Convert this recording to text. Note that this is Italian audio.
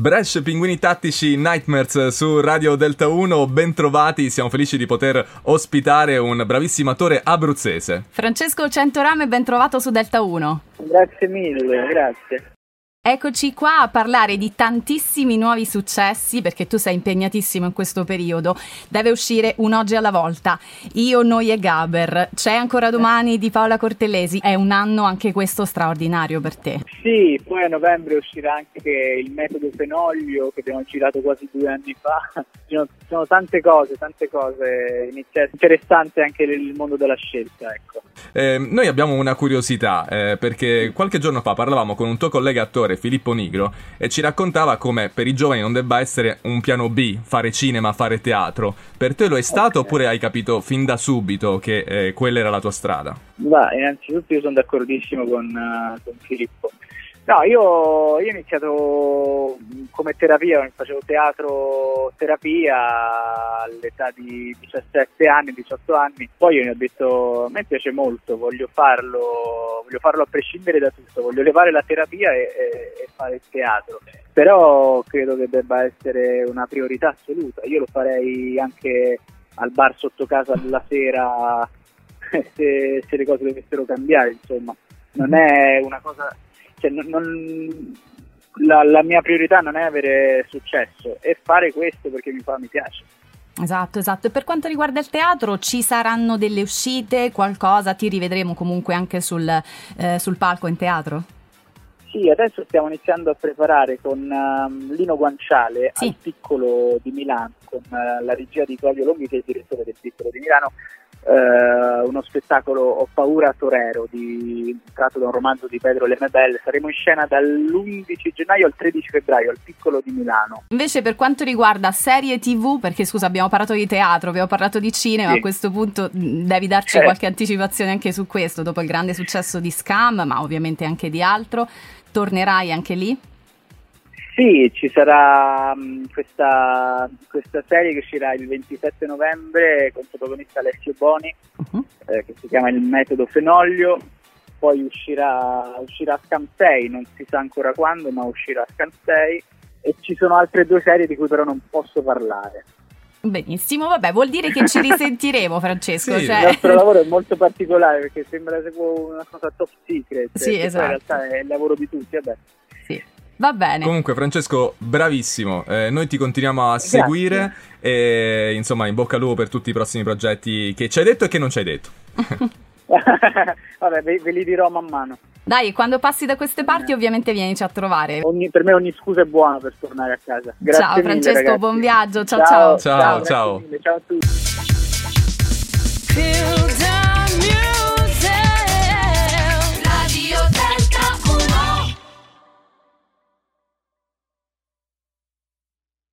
Brescia, Pinguini Tattici, Nightmares su Radio Delta 1, bentrovati, siamo felici di poter ospitare un bravissimo attore abruzzese. Francesco Centorame, ben trovato su Delta 1. Grazie mille, grazie. Eccoci qua a parlare di tantissimi nuovi successi, perché tu sei impegnatissimo in questo periodo. Deve uscire Un oggi alla volta, Io, noi e Gaber, C'è ancora domani di Paola Cortellesi. È un anno anche questo straordinario per te. Sì, poi a novembre uscirà anche Il metodo Fenoglio, che abbiamo girato quasi 2 anni fa. Ci sono tante cose, interessante anche il mondo della scelta, ecco. Noi abbiamo una curiosità, perché qualche giorno fa parlavamo con un tuo collega attore, Filippo Nigro, e ci raccontava come per i giovani non debba essere un piano B, fare cinema, fare teatro. Per te lo è stato, oppure hai capito fin da subito che quella era la tua strada? Innanzitutto io sono d'accordissimo con Filippo. No, io ho iniziato come terapia, facevo terapia all'età di 17 anni, 18 anni. Poi io ne ho detto, a me piace molto, voglio farlo a prescindere da tutto, voglio levare la terapia e fare il teatro. Però credo che debba essere una priorità assoluta. Io lo farei anche al bar sotto casa la sera se le cose dovessero cambiare, insomma. Non è una cosa... la mia priorità non è avere successo, è fare questo perché mi piace. Esatto. E per quanto riguarda il teatro, ci saranno delle uscite, qualcosa? Ti rivedremo comunque anche sul palco in teatro? Sì, adesso stiamo iniziando a preparare con Lino Guanciale, sì, al Piccolo di Milano, con la regia di Claudio Longhi, che è il direttore del Piccolo di Milano, uno spettacolo Ho paura Torero, tratto da un romanzo di Pedro Lemebel. Saremo in scena dall'11 gennaio al 13 febbraio al Piccolo di Milano. Invece per quanto riguarda serie TV, perché scusa, abbiamo parlato di teatro, abbiamo parlato di cinema, sì. A questo punto devi darci qualche anticipazione anche su questo, dopo il grande successo di Scam, ma ovviamente anche di altro. Tornerai anche lì? Sì, ci sarà questa serie che uscirà il 27 novembre con protagonista Alessio Boni, che si chiama Il metodo Fenoglio. Poi uscirà Scam 6, non si sa ancora quando, ma uscirà Scam 6, e ci sono altre 2 serie di cui però non posso parlare. Benissimo, vabbè, vuol dire che ci risentiremo, Francesco. Sì, cioè... Il nostro lavoro è molto particolare perché sembra una cosa top secret, sì, esatto. Poi in realtà è il lavoro di tutti, vabbè. Sì. Va bene. Comunque Francesco, bravissimo, noi ti continuiamo a seguire e insomma in bocca al lupo per tutti i prossimi progetti che ci hai detto e che non ci hai detto. Vabbè, ve li dirò man mano. Dai, quando passi da queste parti ovviamente vienici a trovare. Per me ogni scusa è buona per tornare a casa. Grazie ciao mille, Francesco, ragazzi. buon viaggio, ciao. Ciao. Ciao a tutti.